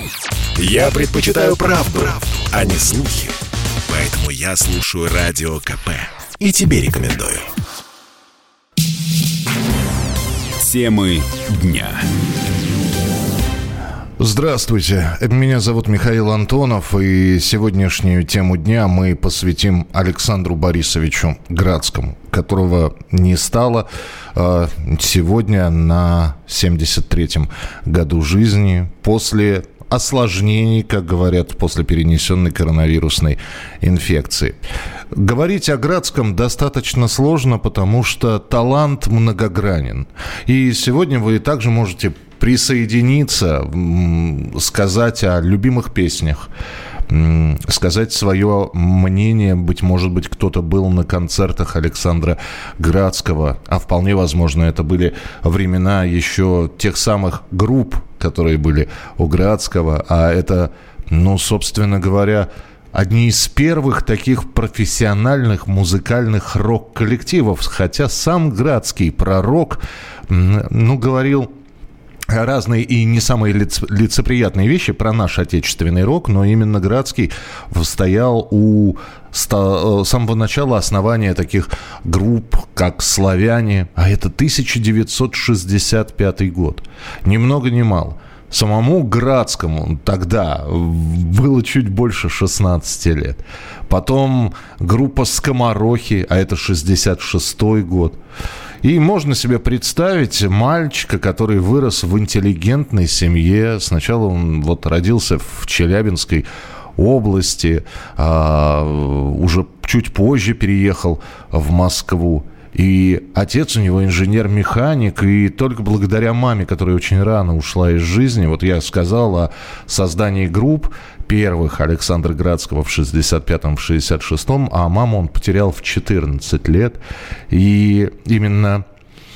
Я предпочитаю правду, а не слухи. Поэтому я слушаю Радио КП. И тебе рекомендую. Темы дня. Здравствуйте, меня зовут Михаил Антонов, и сегодняшнюю тему дня мы посвятим Александру Борисовичу Градскому, которого не стало сегодня на 73-м году жизни после осложнений, как говорят, после перенесенной коронавирусной инфекции. Говорить о Градском достаточно сложно, потому что талант многогранен. И сегодня вы также можете присоединиться, сказать о любимых песнях, сказать свое мнение. Быть может быть, кто-то был на концертах Александра Градского, а вполне возможно, это были времена еще тех самых групп, которые были у Градского, а это, собственно говоря, одни из первых таких профессиональных музыкальных рок-коллективов, хотя сам Градский про рок, говорил разные и не самые лицеприятные вещи про наш отечественный рок, но именно Градский стоял у самого начала основания таких групп, как «Славяне», а это 1965 год. Ни много ни мало. Самому Градскому тогда было чуть больше 16 лет. Потом группа «Скоморохи», а это 66-й год. И можно себе представить мальчика, который вырос в интеллигентной семье. Сначала он родился в Челябинской области, уже чуть позже переехал в Москву. И отец у него инженер-механик, и только благодаря маме, которая очень рано ушла из жизни, я сказал о создании групп первых Александра Градского в 65-м, в 66-м, а маму он потерял в 14 лет. И именно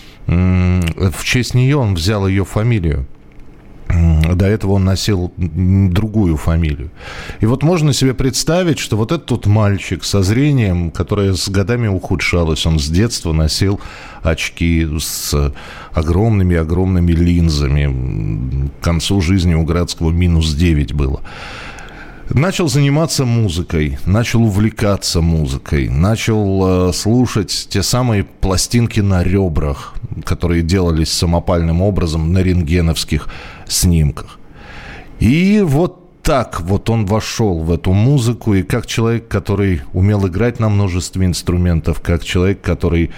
в честь нее он взял ее фамилию. До этого он носил другую фамилию. И можно себе представить, что этот мальчик со зрением, которое с годами ухудшалось, он с детства носил очки с огромными линзами. К концу жизни у Градского -9 было. Начал заниматься музыкой, начал увлекаться музыкой, начал слушать те самые пластинки на ребрах, которые делались самопальным образом на рентгеновских снимках. И так он вошел в эту музыку, и как человек, который умел играть на множестве инструментов, как человек, который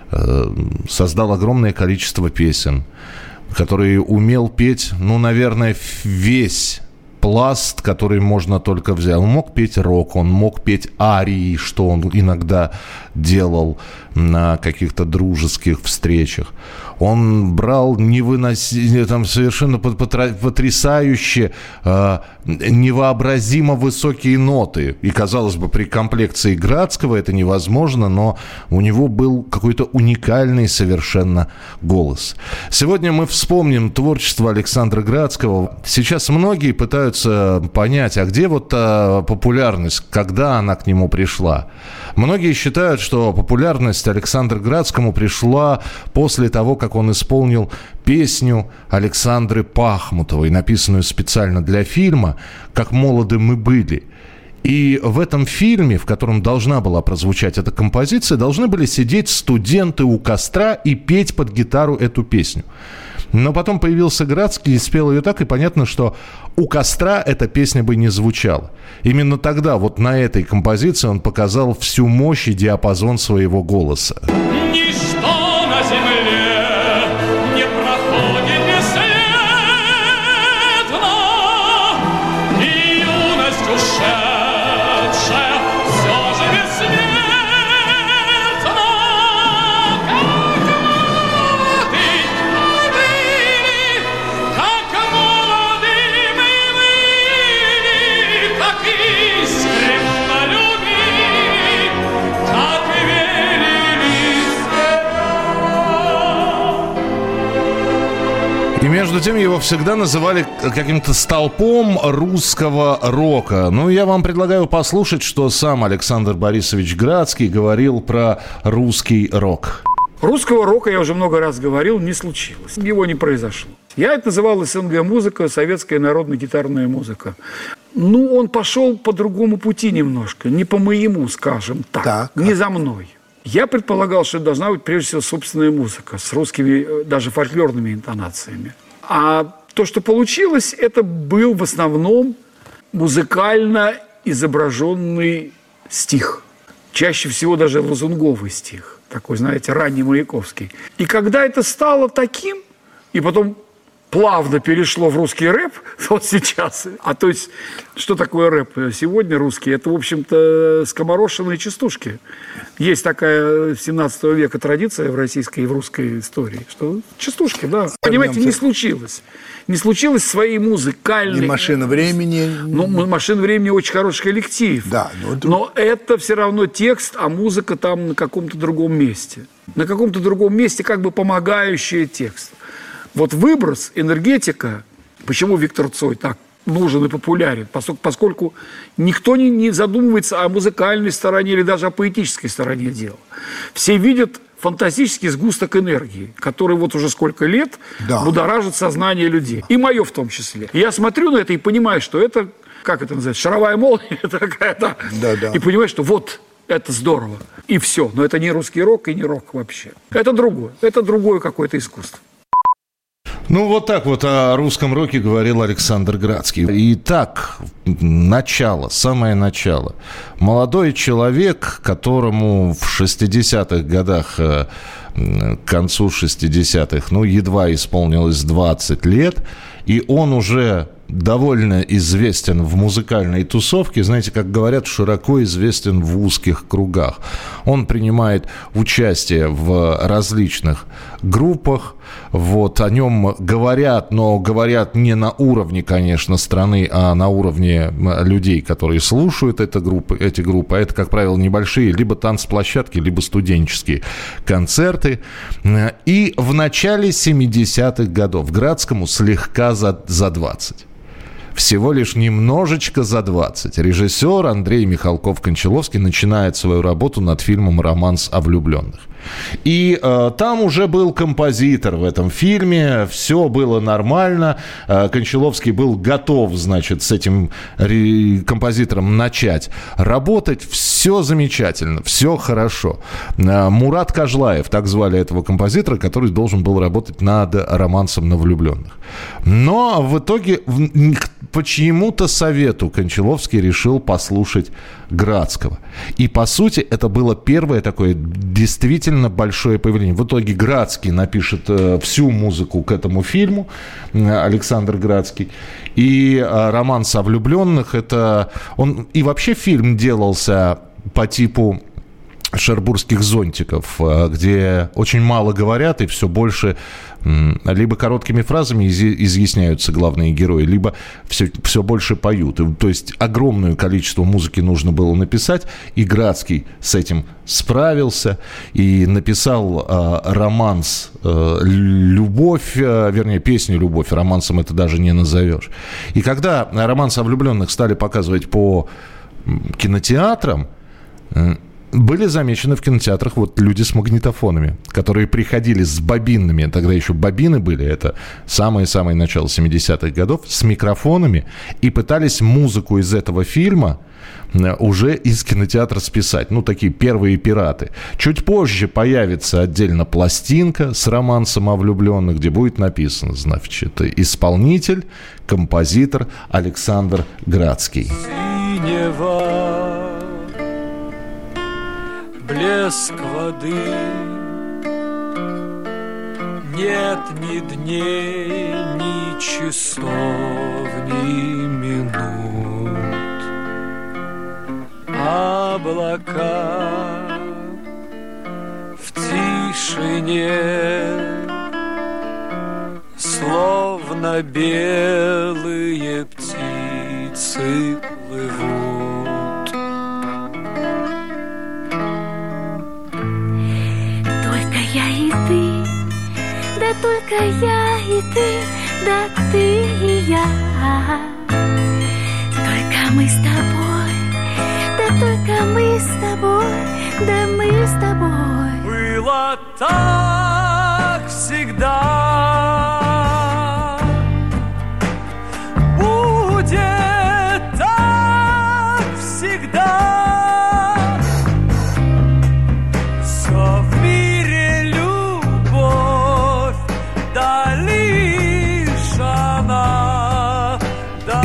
создал огромное количество песен, который умел петь, наверное, весь пласт, который можно только взять. Он мог петь рок, он мог петь арии, что он иногда делал на каких-то дружеских встречах. Он брал совершенно потрясающе, невообразимо высокие ноты. И, казалось бы, при комплекции Градского это невозможно, но у него был какой-то уникальный совершенно голос. Сегодня мы вспомним творчество Александра Градского. Сейчас многие пытаются понять, а где популярность, когда она к нему пришла. Многие считают, что популярность Александру Градскому пришла после того, как он исполнил песню Александры Пахмутовой, написанную специально для фильма «Как молоды мы были». И в этом фильме, в котором должна была прозвучать эта композиция, должны были сидеть студенты у костра и петь под гитару эту песню. Но потом появился Градский и спел ее так, и понятно, что у костра эта песня бы не звучала. Именно тогда, на этой композиции, он показал всю мощь и диапазон своего голоса. Ничто на земле не проходит бесследно, и юность ушедшая все же бессмертна. Как молоды мы были, как искренно любили, как верили И между тем его всегда называли каким-то столпом русского рока. Я вам предлагаю послушать, что сам Александр Борисович Градский говорил про русский рок. Русского рока, я уже много раз говорил, не случилось. Его не произошло. Я это называл СНГ-музыка, советская народная гитарная музыка. Ну, он пошел по другому пути немножко, не по моему, скажем так. Не за мной. Я предполагал, что это должна быть, прежде всего, собственная музыка с русскими, даже фольклорными интонациями. А то, что получилось, это был в основном музыкально изображенный стих. Чаще всего даже лозунговый стих. Такой, знаете, ранний Маяковский. И когда это стало таким, и потом плавно перешло в русский рэп, вот сейчас. А то есть, что такое рэп сегодня русский? Это, в общем-то, скоморошенные частушки. Есть такая 17 века традиция в российской и в русской истории, что частушки, да. Понимаете, не случилось. Не случилось своей музыкальной... Не «Машина времени». Ну, «Машина времени» очень хороший коллектив. Да, но это все равно текст, а музыка там на каком-то другом месте. На каком-то другом месте как бы помогающая тексту. Вот выброс, энергетика, почему Виктор Цой так нужен и популярен, поскольку никто не задумывается о музыкальной стороне или даже о поэтической стороне дела. Все видят фантастический сгусток энергии, который вот уже сколько лет будоражит сознание людей. И мое в том числе. И я смотрю на это и понимаю, что это, как это называется, шаровая молния такая-то. И понимаю, что вот это здорово. И все. Но это не русский рок и не рок вообще. Это другое. Это другое какое-то искусство. Ну, вот так вот о русском роке говорил Александр Градский. Итак, начало, самое начало. Молодой человек, которому в 60-х годах, к концу 60-х, едва исполнилось 20 лет, и он уже довольно известен в музыкальной тусовке, знаете, как говорят, широко известен в узких кругах. Он принимает участие в различных группах, вот, о нем говорят, но говорят не на уровне, конечно, страны, а на уровне людей, которые слушают эти группы. А это, как правило, небольшие либо танцплощадки, либо студенческие концерты. И в начале 70-х годов Градскому слегка за 20. Всего лишь немножечко за 20. Режиссер Андрей Михалков-Кончаловский начинает свою работу над фильмом «Романс о влюбленных». И там уже был композитор в этом фильме, все было нормально. Кончаловский был готов, значит, с этим композитором начать работать. Все замечательно, все хорошо. Мурат Кажлаев, так звали этого композитора, который должен был работать над «Романсом на влюбленных». Но в итоге по чьему-то совету Кончаловский решил послушать Градского. И, по сути, это было первое такое действительно большое появление. В итоге Градский напишет всю музыку к этому фильму, Александр Градский. И «Романс о влюбленных» это... И вообще фильм делался по типу шербургских зонтиков, где очень мало говорят и все больше либо короткими фразами изъясняются главные герои, либо все больше поют. То есть огромное количество музыки нужно было написать, и Градский с этим справился и написал романс «Любовь», вернее, песню «Любовь», романсом это даже не назовешь. И когда «Романс о влюбленных» стали показывать по кинотеатрам, были замечены в кинотеатрах вот люди с магнитофонами, которые приходили с бобинами, тогда еще бобины были, это самое-самое начало 70-х годов, с микрофонами, и пытались музыку из этого фильма уже из кинотеатра списать. Ну, такие первые пираты. Чуть позже появится отдельно пластинка с «Романсом о влюбленных», где будет написано, значит, исполнитель, композитор Александр Градский. Синева, блеск воды, нет ни дней, ни часов, ни минут. Облака в тишине, словно белые птицы плывут. Только я и ты, да только я и ты, да ты и я. Только мы с тобой, да только мы с тобой, да мы с тобой. Было так всегда.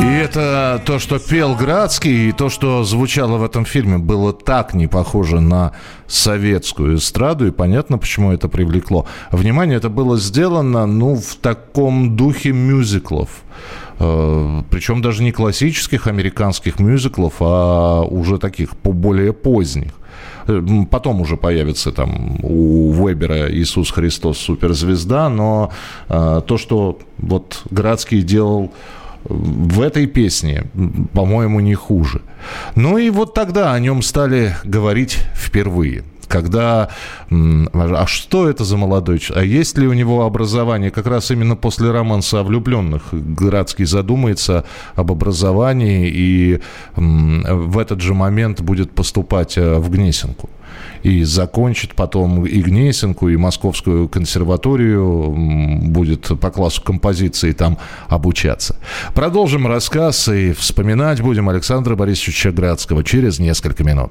И это то, что пел Градский, и то, что звучало в этом фильме, было так не похоже на советскую эстраду, и понятно, почему это привлекло внимание. Это было сделано, в таком духе мюзиклов. Причем даже не классических американских мюзиклов, а уже таких более поздних. Потом уже появится там у Вебера «Иисус Христос. Суперзвезда», но то, что вот Градский делал в этой песне, по-моему, не хуже. Ну и вот тогда о нем стали говорить впервые. Когда, а что это за молодой человек? А есть ли у него образование? Как раз именно после романса о влюбленных Градский задумается об образовании и в этот же момент будет поступать в Гнесинку. И закончит потом и Гнесинку, и Московскую консерваторию, будет по классу композиции там обучаться. Продолжим рассказ и вспоминать будем Александра Борисовича Градского через несколько минут.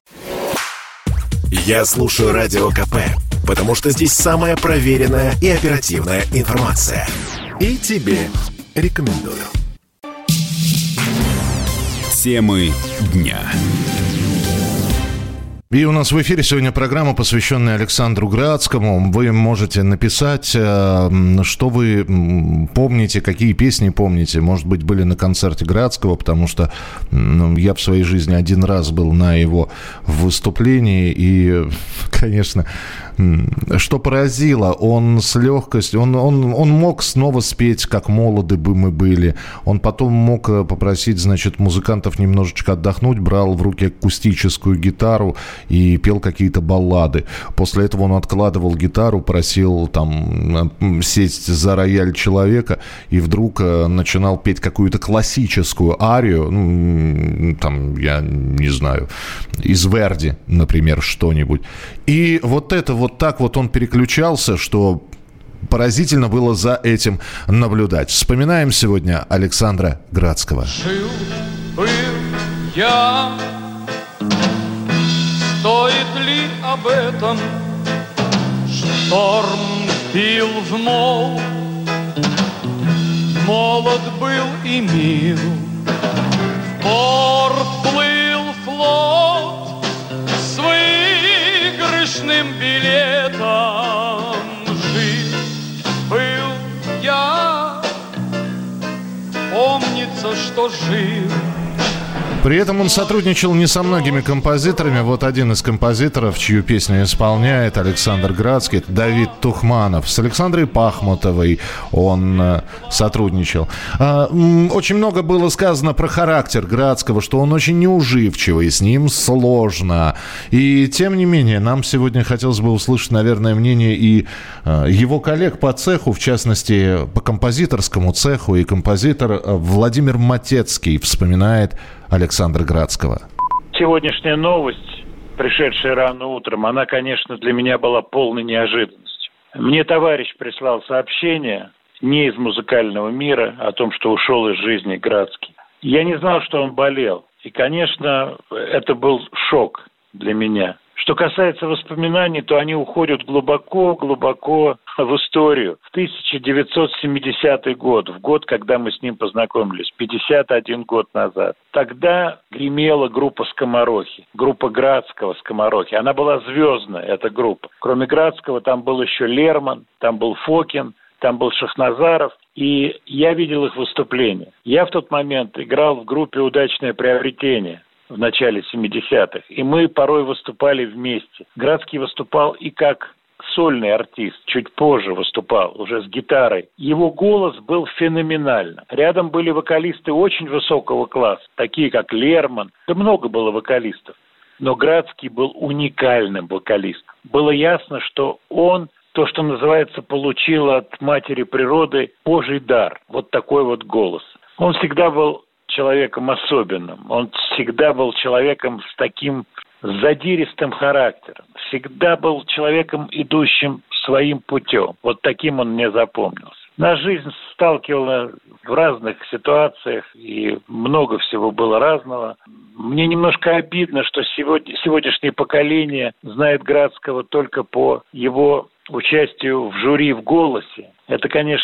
Я слушаю Радио КП, потому что здесь самая проверенная и оперативная информация. И тебе рекомендую. Темы дня. И у нас в эфире сегодня программа, посвященная Александру Градскому. Вы можете написать, что вы помните, какие песни помните. Может быть, были на концерте Градского, потому что я в своей жизни один раз был на его выступлении. И, конечно, что поразило, он с легкостью, он мог снова спеть, как молоды бы мы были. Он потом мог попросить, значит, музыкантов немножечко отдохнуть, брал в руки акустическую гитару и пел какие-то баллады. После этого он откладывал гитару, просил там сесть за рояль человека и вдруг начинал петь какую-то классическую арию, там, я не знаю, из Верди, например, что-нибудь. И вот так вот он переключался, что поразительно было за этим наблюдать. Вспоминаем сегодня Александра Градского. Жил, был я. Стоит ли об этом? Шторм бил в мол. Молод был и мил. В порт плыл флот с выигрышным билетом. Жив был я. Помнится, что жил. При этом он сотрудничал не со многими композиторами. Вот один из композиторов, чью песню исполняет Александр Градский, это Давид Тухманов. С Александрой Пахмутовой он сотрудничал. Очень много было сказано про характер Градского, что он очень неуживчивый, с ним сложно. И тем не менее, нам сегодня хотелось бы услышать, наверное, мнение и его коллег по цеху, в частности, по композиторскому цеху. И композитор Владимир Матецкий вспоминает Александра Градского. Сегодняшняя новость, пришедшая рано утром, она, конечно, для меня была полной неожиданностью. Мне товарищ прислал сообщение, не из музыкального мира, о том, что ушел из жизни Градский. Я не знал, что он болел. И, конечно, это был шок для меня. Что касается воспоминаний, то они уходят глубоко-глубоко в историю. В 1970 год, в год, когда мы с ним познакомились, 51 год назад. Тогда гремела группа «Скоморохи», группа Градского «Скоморохи». Она была звездная, эта группа. Кроме Градского там был еще Лерман, там был Фокин, там был Шахназаров. И я видел их выступления. Я в тот момент играл в группе «Удачное приобретение» в начале 70-х. И мы порой выступали вместе. Градский выступал и как сольный артист, чуть позже выступал, уже с гитарой. Его голос был феноменальным. Рядом были вокалисты очень высокого класса, такие как Лерман. Да много было вокалистов. Но Градский был уникальным вокалистом. Было ясно, что он, то, что называется, получил от матери природы Божий дар. Вот такой вот голос. Он всегда был человеком особенным. Он всегда был человеком с таким задиристым характером. Всегда был человеком, идущим своим путем. Вот таким он мне запомнился. Наша жизнь сталкивала в разных ситуациях, и много всего было разного. Мне немножко обидно, что сегодняшнее поколение знает Градского только по его участию в жюри в «Голосе». Это, конечно,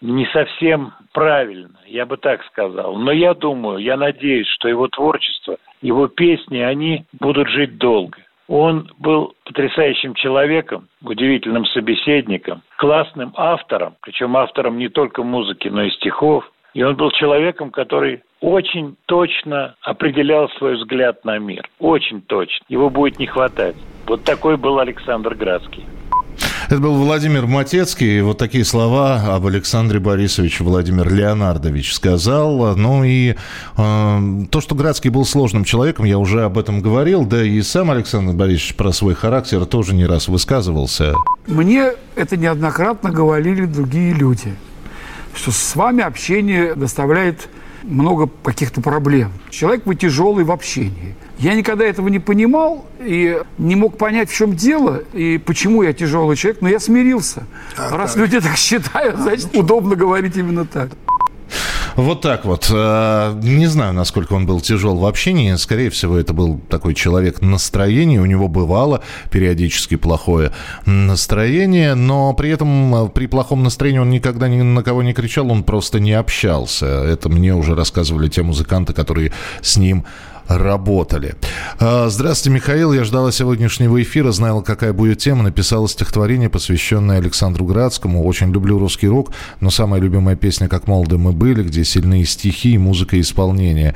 не совсем правильно, я бы так сказал. Но я думаю, я надеюсь, что его творчество, его песни, они будут жить долго. Он был потрясающим человеком, удивительным собеседником, классным автором, причем автором не только музыки, но и стихов. И он был человеком, который очень точно определял свой взгляд на мир. Очень точно. Его будет не хватать. Вот такой был Александр Градский. Это был Владимир Матецкий. И вот такие слова об Александре Борисовиче Владимир Леонардович сказал. Ну и то, что Градский был сложным человеком, я уже об этом говорил. Да и сам Александр Борисович про свой характер тоже не раз высказывался. Мне это неоднократно говорили другие люди, что с вами общение доставляет много каких-то проблем. Человек вы тяжелый в общении. Я никогда этого не понимал и не мог понять, в чем дело и почему я тяжелый человек, но я смирился. Раз люди так считают, значит, удобно говорить именно так. Вот так вот. Не знаю, насколько он был тяжел в общении. Скорее всего, это был такой человек настроения. У него бывало периодически плохое настроение, но при этом при плохом настроении он никогда ни на кого не кричал, он просто не общался. Это мне уже рассказывали те музыканты, которые с ним работали. Здравствуйте, Михаил. Я ждала сегодняшнего эфира, знала, какая будет тема. Написала стихотворение, посвященное Александру Градскому. Очень люблю русский рок, но самая любимая песня «Как молоды мы были», где сильные стихи, музыка и исполнение.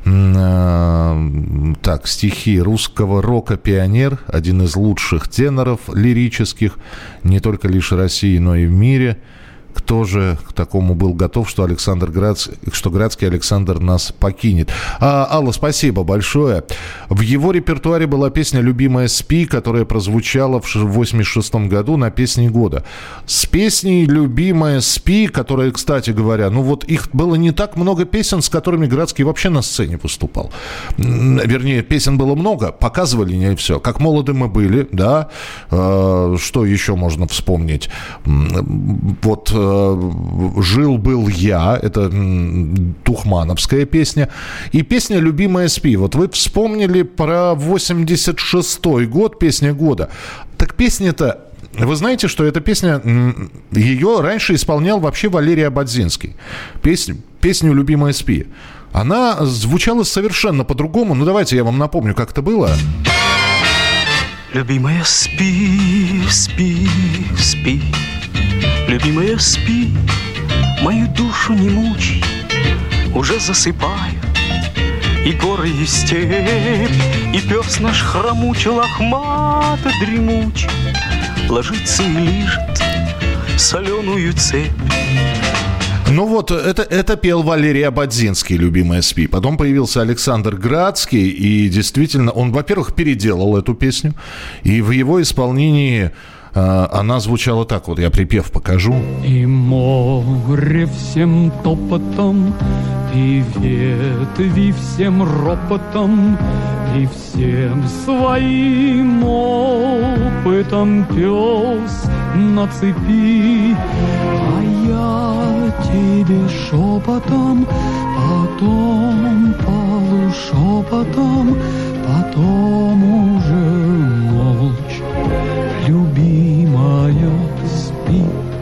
Так, стихи русского рока «Пионер», один из лучших теноров лирических, не только лишь в России, но и в мире. Кто же к такому был готов, что Градский Александр нас покинет? Алла, спасибо большое. В его репертуаре была песня «Любимая, спи», которая прозвучала в 1986 году на «Песне года». С песней «Любимая, спи», которая, кстати говоря, ну вот их было не так много песен, с которыми Градский вообще на сцене выступал. Вернее, песен было много, показывали не все. «Как молоды мы были», да. Что еще можно вспомнить? Вот «Жил-был я», это тухмановская песня, и песня «Любимая, спи». Вот вы вспомнили про 86-й год, песня года. Так песня-то, вы знаете, что эта песня, ее раньше исполнял вообще Валерий Ободзинский. Песню «Любимая, спи». Она звучала совершенно по-другому. Ну, давайте я вам напомню, как это было. Любимая, спи, спи, спи. Любимая, спи, мою душу не мучай, уже засыпаю. И горы, и степь, и пес наш хромучий, лохмато дремучий, ложится и лижет соленую цепь. Ну вот, это пел Валерий Ободзинский «Любимая, спи». Потом появился Александр Градский, и действительно, он, во-первых, переделал эту песню, и в его исполнении она звучала так, вот я припев покажу. И море всем топотом, и ветви всем ропотом, и всем своим опытом пес на цепи, а я тебе шепотом, потом полушепотом, потом уже молча, любимая, спи.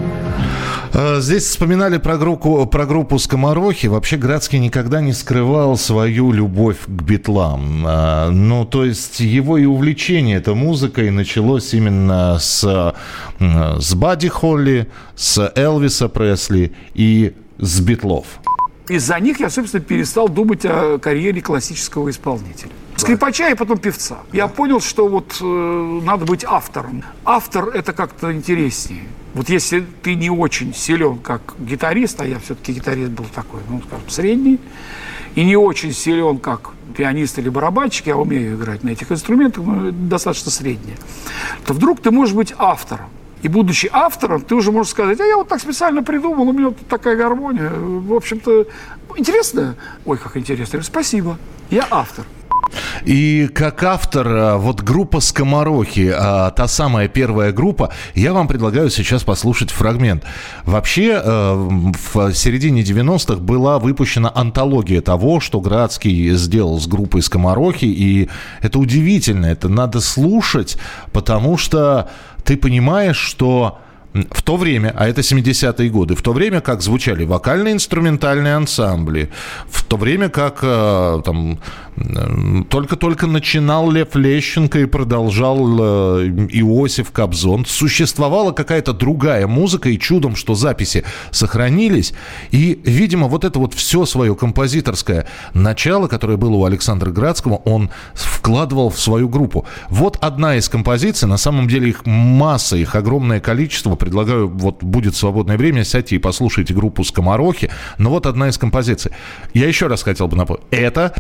Здесь вспоминали про группу «Скоморохи». Вообще Градский никогда не скрывал свою любовь к Битлам. Ну, то есть его и увлечение этой музыкой началось именно с Бадди Холли, с Элвиса Пресли и с Битлов. Из-за них я, собственно, перестал думать о карьере классического исполнителя. Скрипача и потом певца. Я понял, что вот надо быть автором. Автор – это как-то интереснее. Вот если ты не очень силен как гитарист, а я все-таки гитарист был такой, ну, скажем, средний, и не очень силен как пианист или барабанщик, я умею играть на этих инструментах, но достаточно среднее, то вдруг ты можешь быть автором. И будучи автором, ты уже можешь сказать, а я вот так специально придумал, у меня тут такая гармония. В общем-то, интересно? Ой, как интересно. Спасибо, я автор. И как автор, вот группа «Скоморохи», та самая первая группа, я вам предлагаю сейчас послушать фрагмент. Вообще, в середине 90-х была выпущена антология того, что Градский сделал с группой «Скоморохи», и это удивительно, это надо слушать, потому что ты понимаешь, что в то время, а это 70-е годы, в то время как звучали вокально-инструментальные ансамбли, в то время как там только-только начинал Лев Лещенко и продолжал Иосиф Кобзон, существовала какая-то другая музыка, и чудом, что записи сохранились. И, видимо, вот это вот все свое композиторское начало, которое было у Александра Градского, он вкладывал в свою группу. Вот одна из композиций, на самом деле их масса, их огромное количество. Предлагаю, вот будет свободное время, сядьте и послушайте группу «Скоморохи». Но вот одна из композиций. Я еще раз хотел бы напомнить. Это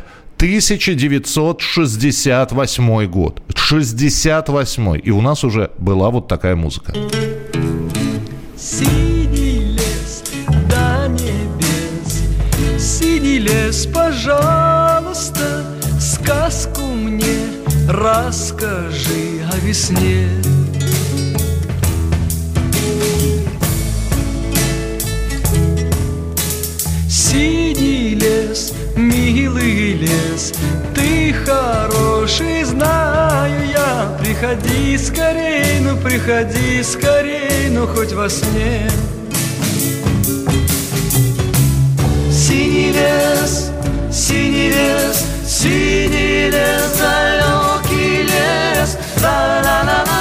1968 год. 68-й. И у нас уже была вот такая музыка. Синий лес до небес, синий лес, пожалуйста, сказку мне расскажи о весне. Синий лес, милый лес, ты хороший, знаю я. Приходи скорей, ну приходи скорей, ну хоть во сне. Синий лес, синий лес, синий лес, далекий лес, ла-ла-ла-ла.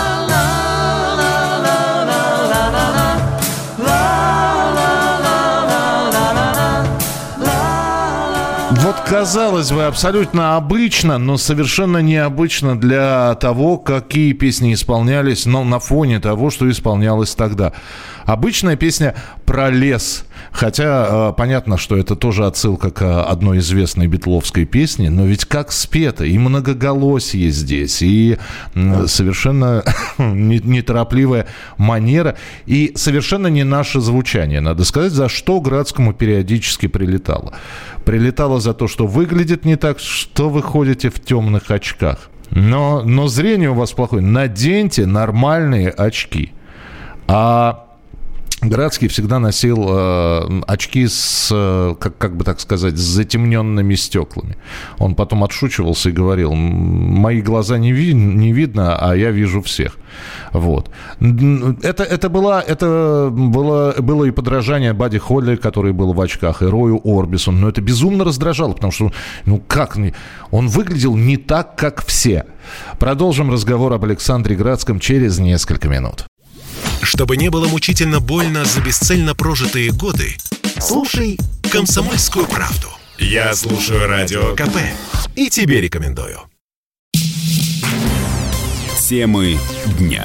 Вот, казалось бы, абсолютно обычно, но совершенно необычно для того, какие песни исполнялись, но на фоне того, что исполнялось тогда. Обычная песня про лес. Хотя понятно, что это тоже отсылка к одной известной битловской песне, но ведь как спето, и многоголосие здесь, и совершенно неторопливая манера, и совершенно не наше звучание, надо сказать, за что Градскому периодически прилетало. Прилетало за то, что выглядит не так, что вы ходите в темных очках. Но зрение у вас плохое. Наденьте нормальные очки. А Градский всегда носил очки с, как бы так сказать, с затемненными стеклами. Он потом отшучивался и говорил: мои глаза не видно, а я вижу всех. Вот. Это было и подражание Бадди Холли, который был в очках, и Рою Орбисону. Но это безумно раздражало, потому что, он выглядел не так, как все. Продолжим разговор об Александре Градском через несколько минут. Чтобы не было мучительно больно за бесцельно прожитые годы, слушай «Комсомольскую правду». Я слушаю Радио КП и тебе рекомендую. Темы дня.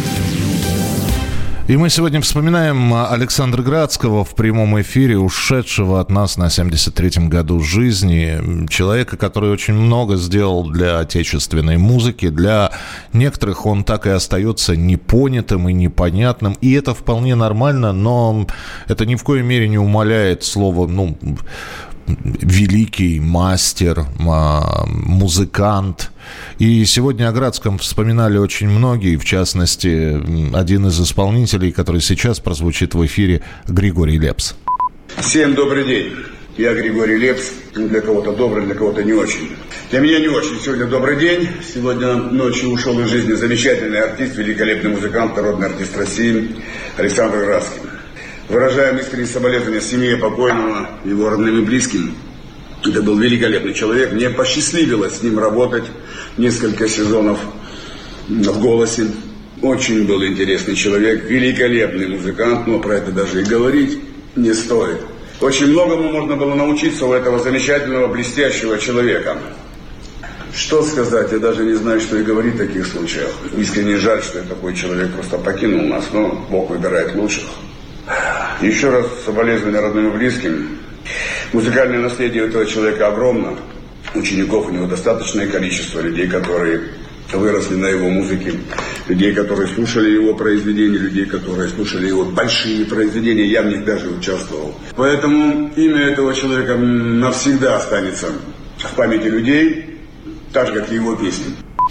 И мы сегодня вспоминаем Александра Градского в прямом эфире, ушедшего от нас на 73-м году жизни. Человека, который очень много сделал для отечественной музыки. Для некоторых он так и остается непонятым и непонятным. И это вполне нормально, но это ни в коей мере не умаляет слово, великий мастер, музыкант. И сегодня о Градском вспоминали очень многие, в частности, один из исполнителей, который сейчас прозвучит в эфире, Григорий Лепс. Всем добрый день. Я Григорий Лепс. Для кого-то добрый, для кого-то не очень. Для меня не очень. Сегодня добрый день. Сегодня ночью ушел из жизни замечательный артист, великолепный музыкант, народный артист России Александр Градский. Выражаем искренние соболезнования семье покойного, его родным и близким. Это был великолепный человек. Мне посчастливилось с ним работать несколько сезонов в «Голосе». Очень был интересный человек, великолепный музыкант, но про это даже и говорить не стоит. Очень многому можно было научиться у этого замечательного, блестящего человека. Что сказать, я даже не знаю, что и говорить в таких случаях. Искренне жаль, что такой человек просто покинул нас, но Бог выбирает лучших. Еще раз соболезнования родным и близким. Музыкальное наследие этого человека огромно. Учеников у него достаточное количество, людей, которые выросли на его музыке, людей, которые слушали его произведения, людей, которые слушали его большие произведения, я в них даже участвовал. Поэтому имя этого человека навсегда останется в памяти людей, так же, как и его песни.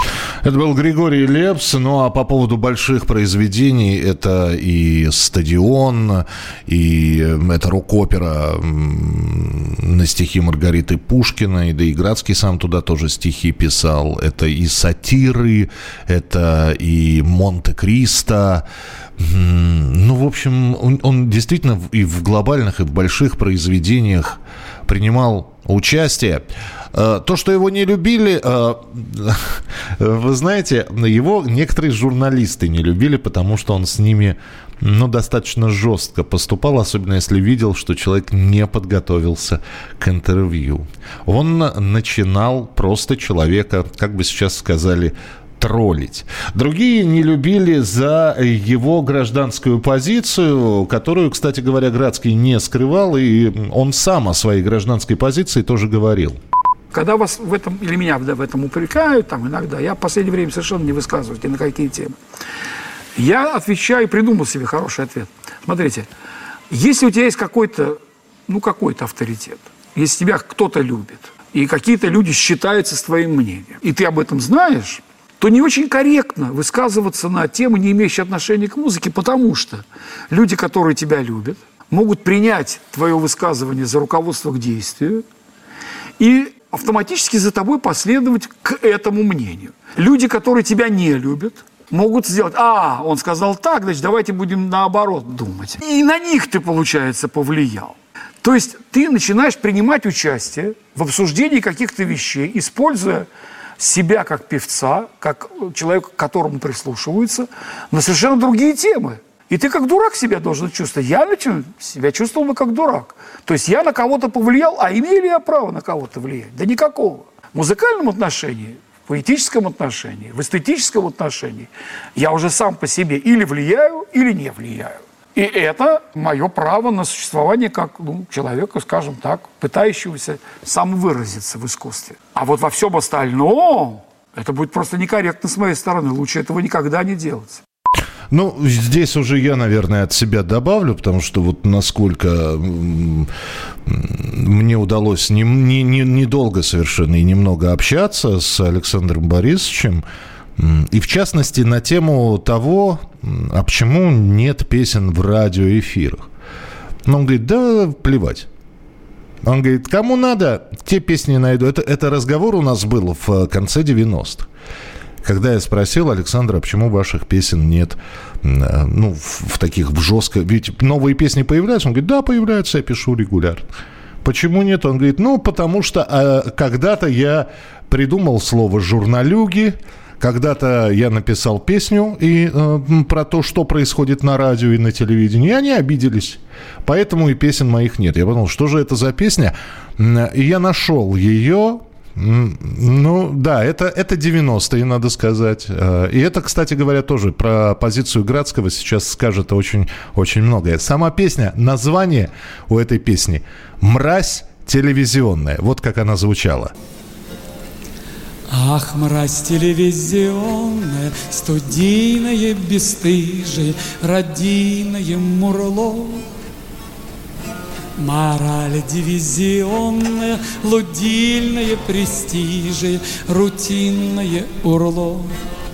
Это был Григорий Лепс. Ну, а по поводу больших произведений, это и «Стадион», и это рок-опера на стихи Маргариты Пушкиной, да и Градский сам туда тоже стихи писал. Это и сатиры, это и «Монте-Кристо». Ну, в общем, он действительно и в глобальных, и в больших произведениях принимал участие. То, что его не любили, вы знаете, его некоторые журналисты не любили, потому что он с ними, достаточно жестко поступал, особенно если видел, что человек не подготовился к интервью. Он начинал просто человека, как бы сейчас сказали, троллить. Другие не любили за его гражданскую позицию, которую, кстати говоря, Градский не скрывал, и он сам о своей гражданской позиции тоже говорил. Когда вас в этом, или меня в этом упрекают, там иногда, я в последнее время совершенно не высказываюсь ни на какие темы. Я отвечаю, придумал себе хороший ответ. Смотрите, если у тебя есть какой-то авторитет, если тебя кто-то любит, и какие-то люди считаются с твоим мнением, и ты об этом знаешь, то не очень корректно высказываться на темы, не имеющие отношения к музыке, потому что люди, которые тебя любят, могут принять твое высказывание за руководство к действию и автоматически за тобой последовать к этому мнению. Люди, которые тебя не любят, могут сделать: он сказал так, значит, давайте будем наоборот думать. И на них ты, получается, повлиял. То есть ты начинаешь принимать участие в обсуждении каких-то вещей, используя себя как певца, как человека, к которому прислушиваются, на совершенно другие темы. И ты как дурак себя должен чувствовать. Я себя чувствовал бы как дурак. То есть я на кого-то повлиял, а имею ли я право на кого-то влиять? Да никакого. В музыкальном отношении, в поэтическом отношении, в эстетическом отношении я уже сам по себе или влияю, или не влияю. И это мое право на существование как человека, скажем так, пытающегося самовыразиться в искусстве. А вот во всем остальном это будет просто некорректно с моей стороны. Лучше этого никогда не делать. Здесь уже я, наверное, от себя добавлю, потому что вот насколько мне удалось недолго совершенно и немного общаться с Александром Борисовичем, и в частности на тему того, а почему нет песен в радиоэфирах. Он говорит: да плевать. Он говорит: кому надо, те песни найду. Это разговор у нас был в конце 90-х. Когда я спросил Александра, почему ваших песен нет, в таких, в жестко... Ведь новые песни появляются? Он говорит: да, появляются, я пишу регулярно. Почему нет? Он говорит: потому что когда-то я придумал слово «журналюги», когда-то я написал песню про то, что происходит на радио и на телевидении, и они обиделись. Поэтому и песен моих нет. Я подумал, что же это за песня? И я нашел ее... да, это 90-е, надо сказать. И это, кстати говоря, тоже про позицию Градского сейчас скажет очень, очень многое. Сама песня, название у этой песни «Мразь телевизионная». Вот как она звучала. Ах, мразь телевизионная, студийная, бесстыжая, родийное мурло. Мораль дивизионная, лудильное престижие, рутинное урло.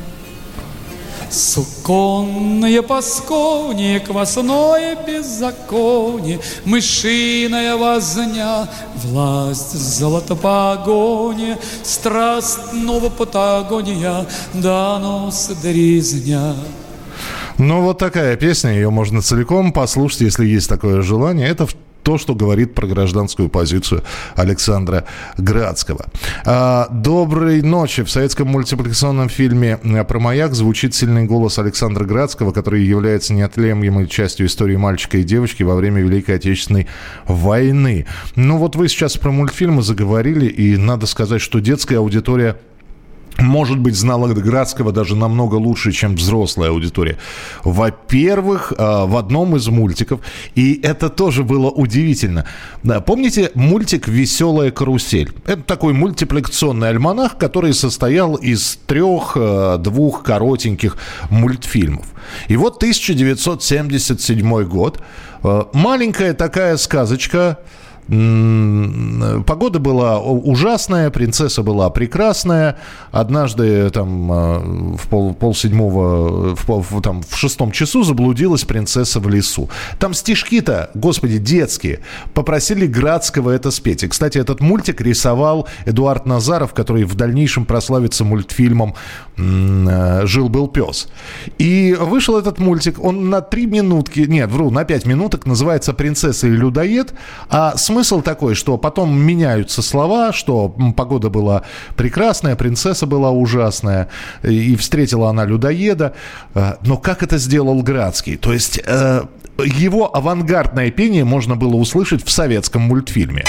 Суконное пасконие, квасное беззаконие, мышиная возня, власть золотопогония, страстного патагония, донос дрезня. Вот такая песня, ее можно целиком послушать, если есть такое желание. Это то, что говорит про гражданскую позицию Александра Градского. Доброй ночи. В советском мультипликационном фильме про маяк звучит сильный голос Александра Градского, который является неотъемлемой частью истории мальчика и девочки во время Великой Отечественной войны. Вот вы сейчас про мультфильмы заговорили, и надо сказать, что детская аудитория, может быть, знала Градского даже намного лучше, чем взрослая аудитория. Во-первых, в одном из мультиков, и это тоже было удивительно. Помните мультик «Веселая карусель»? Это такой мультипликационный альманах, который состоял из 3-2 коротеньких мультфильмов. И вот 1977 год. Маленькая такая сказочка Погода была ужасная, принцесса была прекрасная. Однажды там в полседьмого, в 6 часу заблудилась принцесса в лесу. Там стишки-то, господи, детские. Попросили Градского это спеть. И, кстати, этот мультик рисовал Эдуард Назаров, который в дальнейшем прославится мультфильмом «Жил-был пес». И вышел этот мультик, он на 3 минутки, нет, вру, на 5 минуток, называется «Принцесса и людоед». А смысл такой, что потом меняются слова, что погода была прекрасная, принцесса была ужасная, и встретила она людоеда. Но как это сделал Градский? То есть его авангардное пение можно было услышать в советском мультфильме.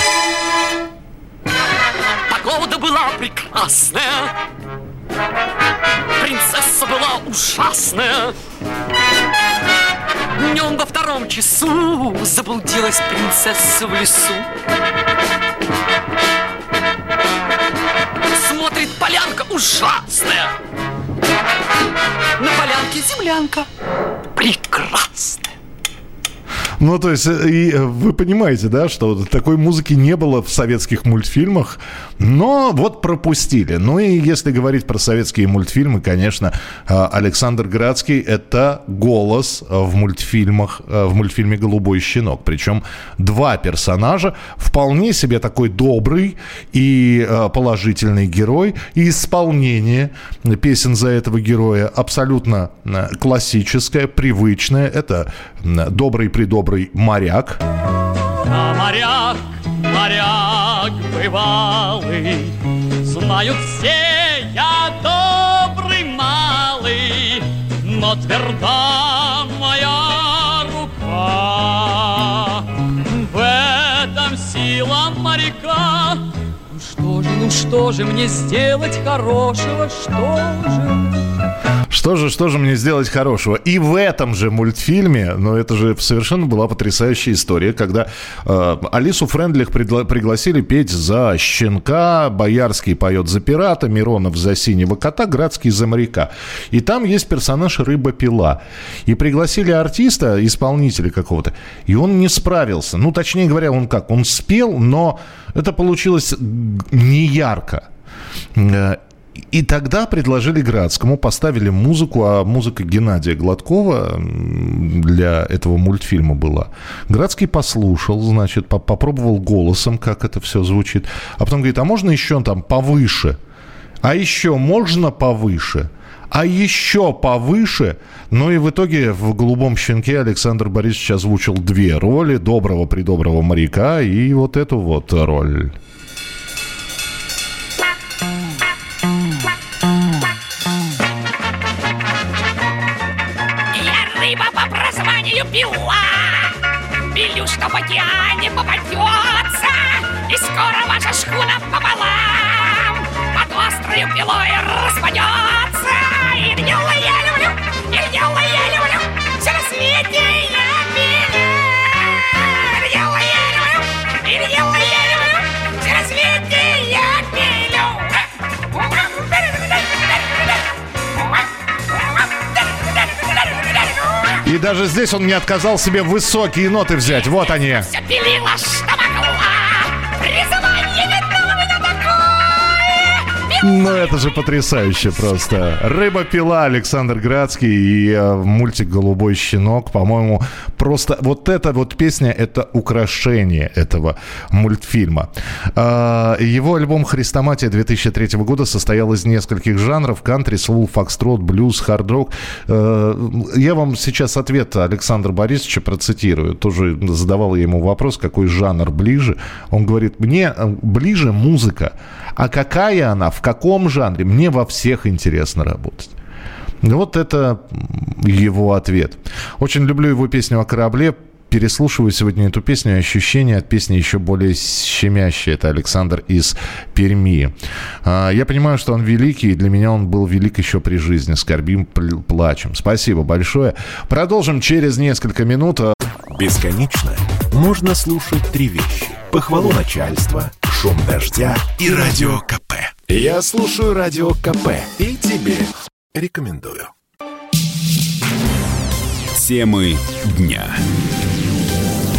Погода была прекрасная, принцесса была ужасная. Днем во 2 часу заблудилась принцесса в лесу. Смотрит, полянка ужасная. На полянке землянка прекрасная. Ну, то есть, и вы понимаете, да, что такой музыки не было в советских мультфильмах, но вот пропустили. Ну, и если говорить про советские мультфильмы, конечно, Александр Градский – это голос в мультфильмах, в мультфильме «Голубой щенок». Причем 2 персонажа, вполне себе такой добрый и положительный герой. И исполнение песен за этого героя абсолютно классическое, привычное. Это добрый-придобрый моряк. А моряк, моряк бывалый, знают все, я добрый малый, но тверда моя рука. В этом сила моряка. Ну что же мне сделать хорошего, Что же мне сделать хорошего? И в этом же мультфильме, но это же совершенно была потрясающая история, когда Алису Френдлих пригласили петь за щенка, Боярский поет за пирата, Миронов за синего кота, Градский за моряка. И там есть персонаж Рыба-Пила. И пригласили артиста, исполнителя какого-то, и он не справился. Ну, точнее говоря, он спел, но это получилось неярко. И тогда предложили Градскому, поставили музыку, а музыка Геннадия Гладкова для этого мультфильма была. Градский послушал, значит, попробовал голосом, как это все звучит. А потом говорит, а можно еще там повыше? А еще можно повыше? А еще повыше? Ну и в итоге в «Голубом щенке» Александр Борисович озвучил 2 роли. Доброго-придоброго моряка и вот эту вот роль. Пила, пилю, что в океане попадется, и скоро ваша шхуна пополам под острою пилой распадется. И дело я люблю, все на свете я пилю. И дело я люблю, все на свете я пилю. И даже здесь он не отказал себе высокие ноты взять. Вот они. Все пилила, что могла. Призвание не дало меня такое. Ну, это же потрясающе просто. «Рыба-пила», Александр Градский и мультик «Голубой щенок». По-моему, просто вот эта вот песня – это украшение этого мультфильма. Его альбом «Хрестоматия» 2003 года состоял из нескольких жанров: кантри, соул, фокстрот, блюз, хард-рок. Я вам сейчас ответ Александра Борисовича процитирую. Тоже задавал я ему вопрос, какой жанр ближе. Он говорит, мне ближе музыка. А какая она, в каком жанре? Мне во всех интересно работать. Вот это его ответ. Очень люблю его песню о корабле. Переслушиваю сегодня эту песню, и ощущение от песни еще более щемящее. Это Александр из Перми. Я понимаю, что он великий, и для меня он был велик еще при жизни. Скорбим, плачем. Спасибо большое. Продолжим через несколько минут. Бесконечно можно слушать 3 вещи. Похвалу начальства, шум дождя и радио КП. Я слушаю радио КП и тебе рекомендую. Темы дня.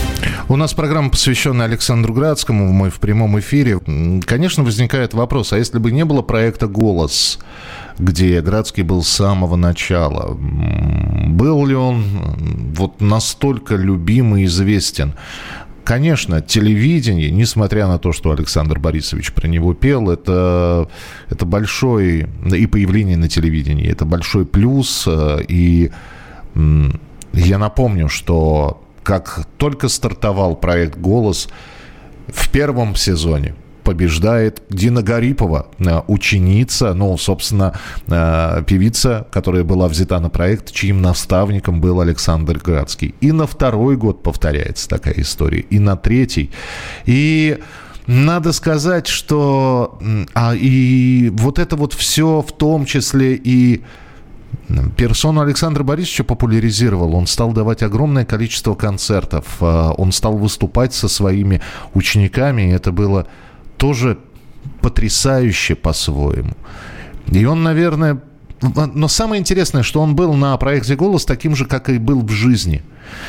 У нас программа, посвященная Александру Градскому, мы в прямом эфире. Конечно, возникает вопрос, а если бы не было проекта «Голос», где Градский был с самого начала, был ли он вот настолько любим и известен? Конечно, телевидение, несмотря на то, что Александр Борисович про него пел, это большой, и появление на телевидении, это большой плюс. И я напомню, что как только стартовал проект «Голос», в первом сезоне побеждает Дина Гарипова, ученица, собственно, певица, которая была взята на проект, чьим наставником был Александр Градский. И на второй год повторяется такая история, и на третий. И надо сказать, что и вот это вот все, в том числе и персону Александра Борисовича популяризировал. Он стал давать огромное количество концертов. Он стал выступать со своими учениками. И это было тоже потрясающе по-своему. И он, наверное... Но самое интересное, что он был на проекте «Голос» таким же, как и был в жизни.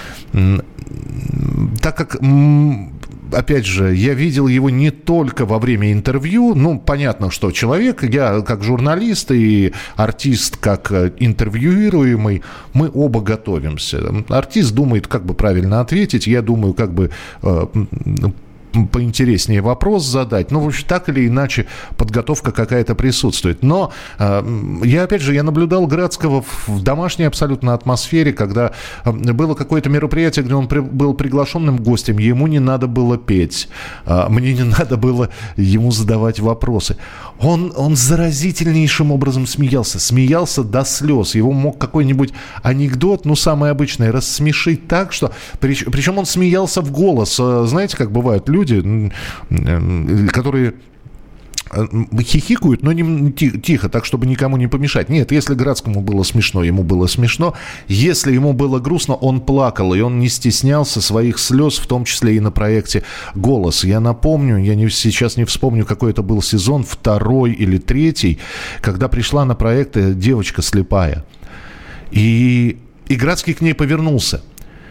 Так как... Опять же, я видел его не только во время интервью. Понятно, что человек, я как журналист и артист как интервьюируемый, мы оба готовимся. Артист думает, как бы правильно ответить. Я думаю, как бы поинтереснее вопрос задать. В общем, так или иначе подготовка какая-то присутствует. Но я наблюдал Градского в домашней абсолютно атмосфере, когда было какое-то мероприятие, где он был приглашенным гостем, ему не надо было петь, мне не надо было ему задавать вопросы. Он заразительнейшим образом смеялся до слез. Его мог какой-нибудь анекдот, самый обычный, рассмешить так, что... Причем он смеялся в голос. Знаете, как бывают люди, которые хихикают, но не тихо, так, чтобы никому не помешать. Нет, если Градскому было смешно, ему было смешно. Если ему было грустно, он плакал, и он не стеснялся своих слез, в том числе и на проекте «Голос». Я напомню, сейчас не вспомню, какой это был сезон, 2-й или 3-й, когда пришла на проект девочка слепая. И Градский к ней повернулся.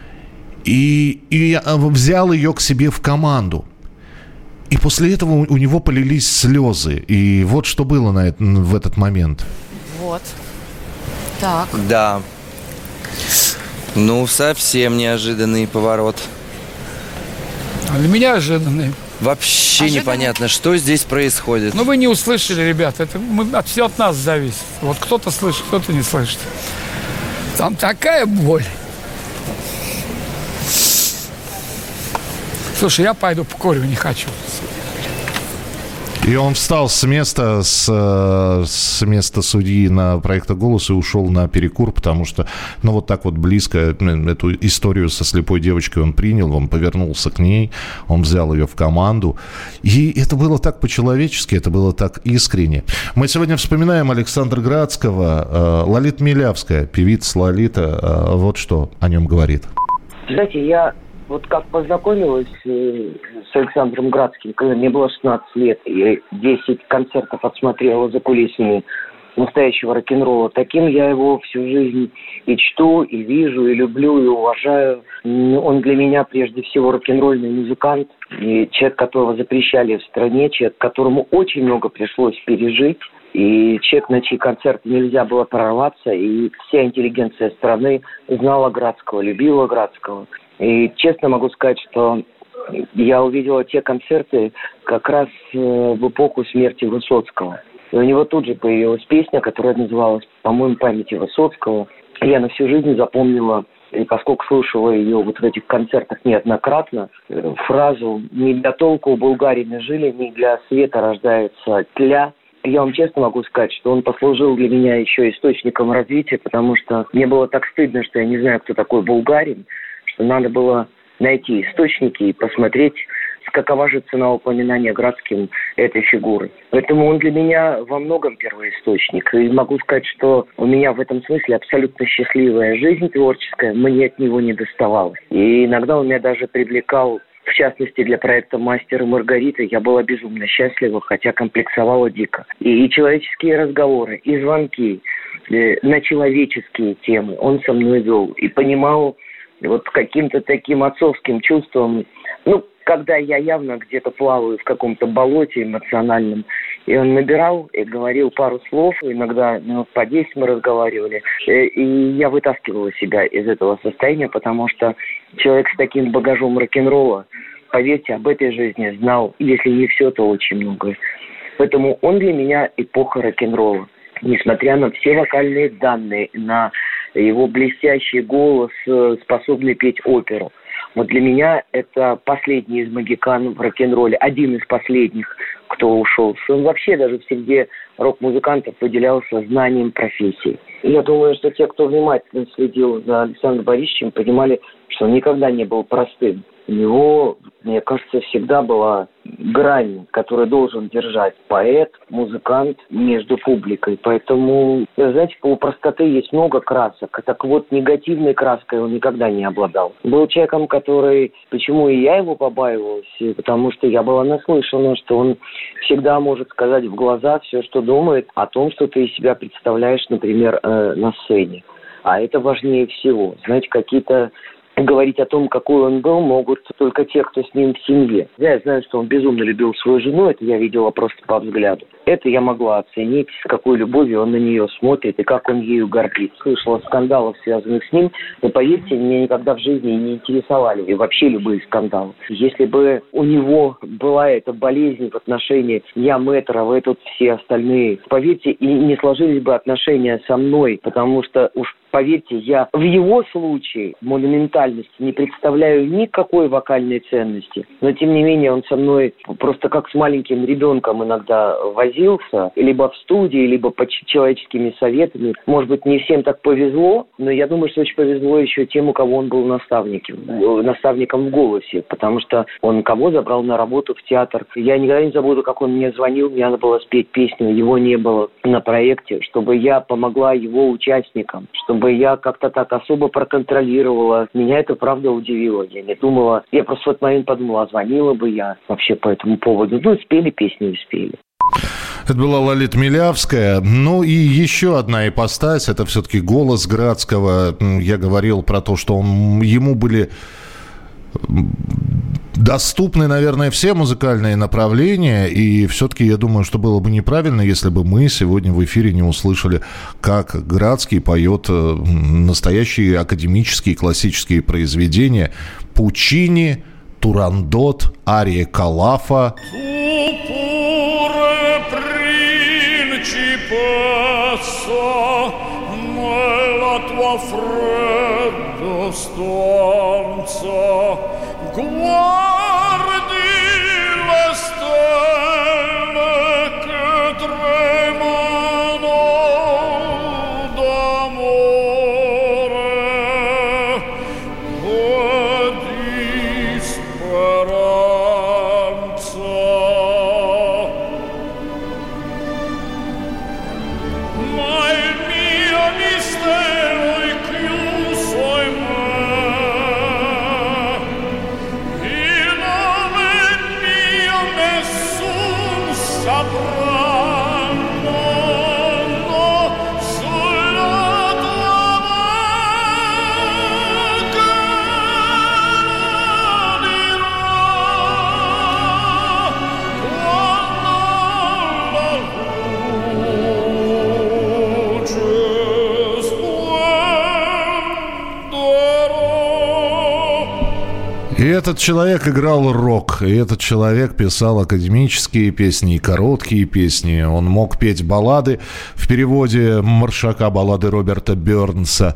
И взял ее к себе в команду. И после этого у него полились слезы. И вот что было в этот момент. Вот. Так. Да. Совсем неожиданный поворот. А для меня ожиданный. Вообще непонятно, что здесь происходит. Вы не услышали, ребят. Это все от нас зависит. Вот кто-то слышит, кто-то не слышит. Там такая боль. Слушай, я пойду покурю, не хочу. И он встал с места судьи на проекте «Голос» и ушел на перекур, потому что, вот так вот близко эту историю со слепой девочкой он принял, он повернулся к ней, он взял ее в команду. И это было так по-человечески, это было так искренне. Мы сегодня вспоминаем Александра Градского. Лолита Милявская, певица Лолита, вот что о нем говорит. Знаете, я как познакомилась с Александром Градским, когда мне было 16 лет, и 10 концертов отсмотрела за кулисами настоящего рок-н-ролла. Таким я его всю жизнь и чту, и вижу, и люблю, и уважаю. Он для меня прежде всего рок-н-ролльный музыкант, и человек, которого запрещали в стране, человек, которому очень много пришлось пережить, и человек, на чьи концерты нельзя было прорваться, и вся интеллигенция страны знала Градского, любила Градского. И честно могу сказать, что я увидела те концерты как раз в эпоху смерти Высоцкого. И у него тут же появилась песня, которая называлась «По-моему, памяти Высоцкого». Я на всю жизнь запомнила, и поскольку слушала ее в этих концертах неоднократно, фразу «Не для толку у булгарина жили, не для света рождается тля». Я вам честно могу сказать, что он послужил для меня еще источником развития, потому что мне было так стыдно, что я не знаю, кто такой булгарин, что надо было найти источники и посмотреть, какова же цена упоминания Градским этой фигуры. Поэтому он для меня во многом первоисточник. И могу сказать, что у меня в этом смысле абсолютно счастливая жизнь творческая, мне от него не доставалось. И иногда он меня даже привлекал, в частности, для проекта «Мастер и Маргарита». Я была безумно счастлива, хотя комплексовала дико. И человеческие разговоры, и звонки на человеческие темы он со мной вел. И понимал вот каким-то таким отцовским чувством, ну, когда я явно где-то плаваю в каком-то болоте эмоциональном, и он набирал и говорил пару слов, иногда минут по 10 мы разговаривали, и я вытаскивала себя из этого состояния, потому что человек с таким багажом рок-н-ролла, поверьте, об этой жизни знал, если не все, то очень многое. Поэтому он для меня эпоха рок-н-ролла. Несмотря на все вокальные данные, на его блестящий голос, способный петь оперу. Вот для меня это последний из могикан в рок-н-ролле, один из последних, кто ушел. Он вообще даже в среде рок-музыкантов выделялся знанием профессии. И я думаю, что те, кто внимательно следил за Александром Борисовичем, понимали, что он никогда не был простым. У него, мне кажется, всегда была грань, которую должен держать поэт, музыкант между публикой. Поэтому, знаете, у простоты есть много красок. Так вот, негативной краской он никогда не обладал. Был человеком, который... Почему и я его побаивалась? Потому что я была наслышана, что он всегда может сказать в глаза все, что думает о том, что ты из себя представляешь, например, на сцене. А это важнее всего. Знаете, какие-то... Говорить о том, какой он был, могут только те, кто с ним в семье. Я знаю, что он безумно любил свою жену, это я видела просто по взгляду. Это я могла оценить, с какой любовью он на нее смотрит и как он ею гордится. Слышала скандалов, связанных с ним, но, поверьте, меня никогда в жизни не интересовали и вообще любые скандалы. Если бы у него была эта болезнь в отношении я мэтр, а вы тут все остальные, поверьте, и не сложились бы отношения со мной, потому что уж поверьте, я в его случае монументальности не представляю никакой вокальной ценности. Но, тем не менее, он со мной просто как с маленьким ребенком иногда возился. Либо в студии, либо по человеческими советами. Может быть, не всем так повезло, но я думаю, что очень повезло еще тем, у кого он был наставником в голосе. Потому что он кого забрал на работу в театр. Я никогда не забуду, как он мне звонил. Мне надо было спеть песню. Его не было на проекте. Чтобы я помогла его участникам. Чтобы я как-то так особо проконтролировала. Меня это правда удивило. Я не думала, я просто в этот момент подумала, звонила бы я вообще по этому поводу. Ну, спели песню и спели. Это была Лолита Милявская. Ну и еще одна ипостась, это все-таки голос Градского. Я говорил про то, что ему были доступны, наверное, все музыкальные направления, и все-таки я думаю, что было бы неправильно, если бы мы сегодня в эфире не услышали, как Градский поет настоящие академические классические произведения. Пучини, Турандот, ария Калафа. И этот человек играл рок, и этот человек писал академические песни и короткие песни. Он мог петь баллады в переводе Маршака, баллады Роберта Бёрнса.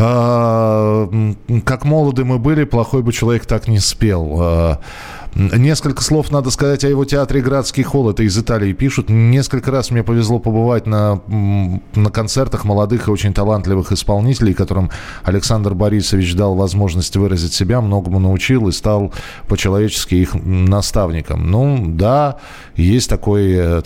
«Как молоды мы были, плохой бы человек так не спел». Несколько слов надо сказать о его театре «Градский холл». Это из Италии пишут. Несколько раз мне повезло побывать на концертах молодых и очень талантливых исполнителей, которым Александр Борисович дал возможность выразить себя, многому научил и стал по-человечески их наставником. Ну, да, есть такое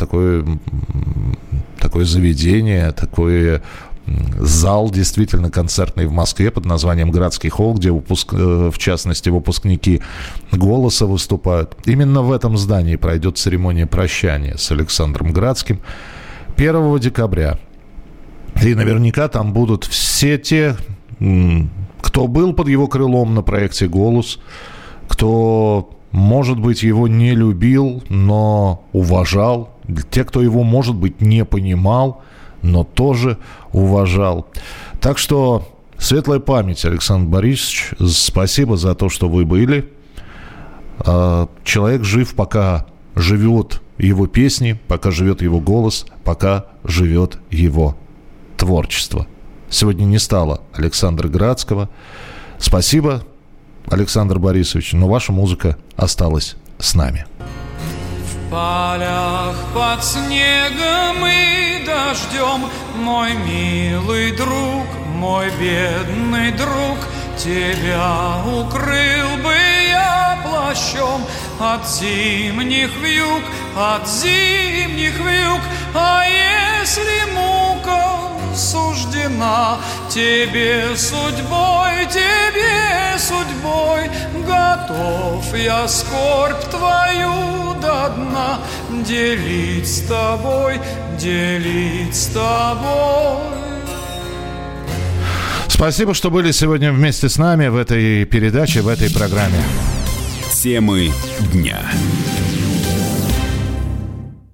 заведение, такое... Зал действительно концертный в Москве под названием «Градский холл», где, в частности, выпускники «Голоса» выступают. Именно в этом здании пройдет церемония прощания с Александром Градским 1 декабря. И наверняка там будут все те, кто был под его крылом на проекте «Голос», кто, может быть, его не любил, но уважал, те, кто его, может быть, не понимал, но тоже уважал. Так что светлая память, Александр Борисович, спасибо за то, что вы были. Человек жив, пока живет его песни, пока живет его голос, пока живет его творчество. Сегодня не стало Александра Градского. Спасибо, Александр Борисович, но ваша музыка осталась с нами. В полях под снегом и дождем, мой милый друг, мой бедный друг, тебя укрыл бы я плащом от зимних вьюг, а если мука суждена тебе судьбой, готов я скорбь твою до дна делить с тобой. Спасибо, что были сегодня вместе с нами в этой передаче, в этой программе. Темы дня.